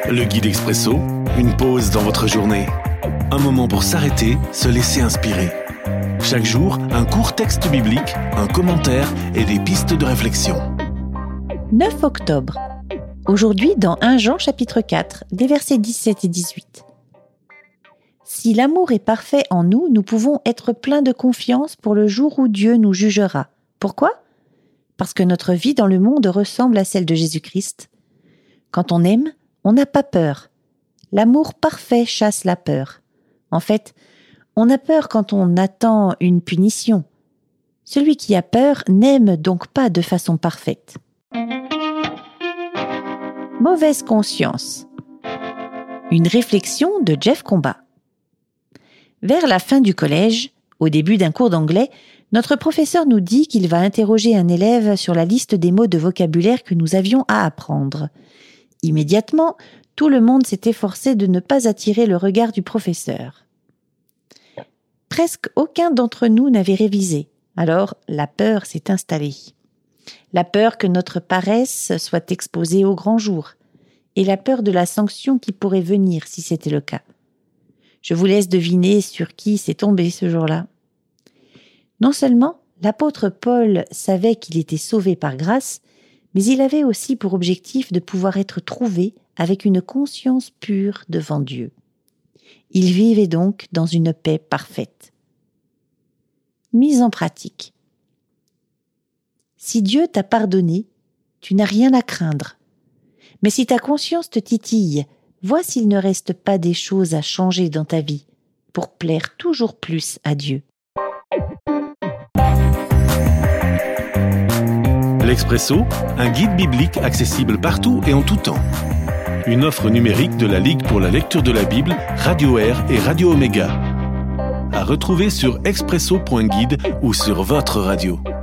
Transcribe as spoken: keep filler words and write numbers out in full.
Le guide expresso, une pause dans votre journée. Un moment pour s'arrêter, se laisser inspirer. Chaque jour, un court texte biblique, un commentaire et des pistes de réflexion. neuf octobre. Aujourd'hui, dans premier Jean chapitre quatre, des versets dix-sept et dix-huit. Si l'amour est parfait en nous, nous pouvons être pleins de confiance pour le jour où Dieu nous jugera. Pourquoi ? Parce que notre vie dans le monde ressemble à celle de Jésus-Christ. Quand on aime, on n'a pas peur. L'amour parfait chasse la peur. En fait, on a peur quand on attend une punition. Celui qui a peur n'aime donc pas de façon parfaite. Mauvaise conscience. Une réflexion de Jeff Combat. Vers la fin du collège, au début d'un cours d'anglais, notre professeur nous dit qu'il va interroger un élève sur la liste des mots de vocabulaire que nous avions à apprendre. Immédiatement, tout le monde s'est efforcé de ne pas attirer le regard du professeur. Presque aucun d'entre nous n'avait révisé, alors la peur s'est installée. La peur que notre paresse soit exposée au grand jour, et la peur de la sanction qui pourrait venir si c'était le cas. Je vous laisse deviner sur qui c'est tombé ce jour-là. Non seulement l'apôtre Paul savait qu'il était sauvé par grâce, mais il avait aussi pour objectif de pouvoir être trouvé avec une conscience pure devant Dieu. Il vivait donc dans une paix parfaite. Mise en pratique. Si Dieu t'a pardonné, tu n'as rien à craindre. Mais si ta conscience te titille, vois s'il ne reste pas des choses à changer dans ta vie pour plaire toujours plus à Dieu. L'Expresso, un guide biblique accessible partout et en tout temps. Une offre numérique de la Ligue pour la lecture de la Bible, Radio Air et Radio Omega. À retrouver sur expresso point guide ou sur votre radio.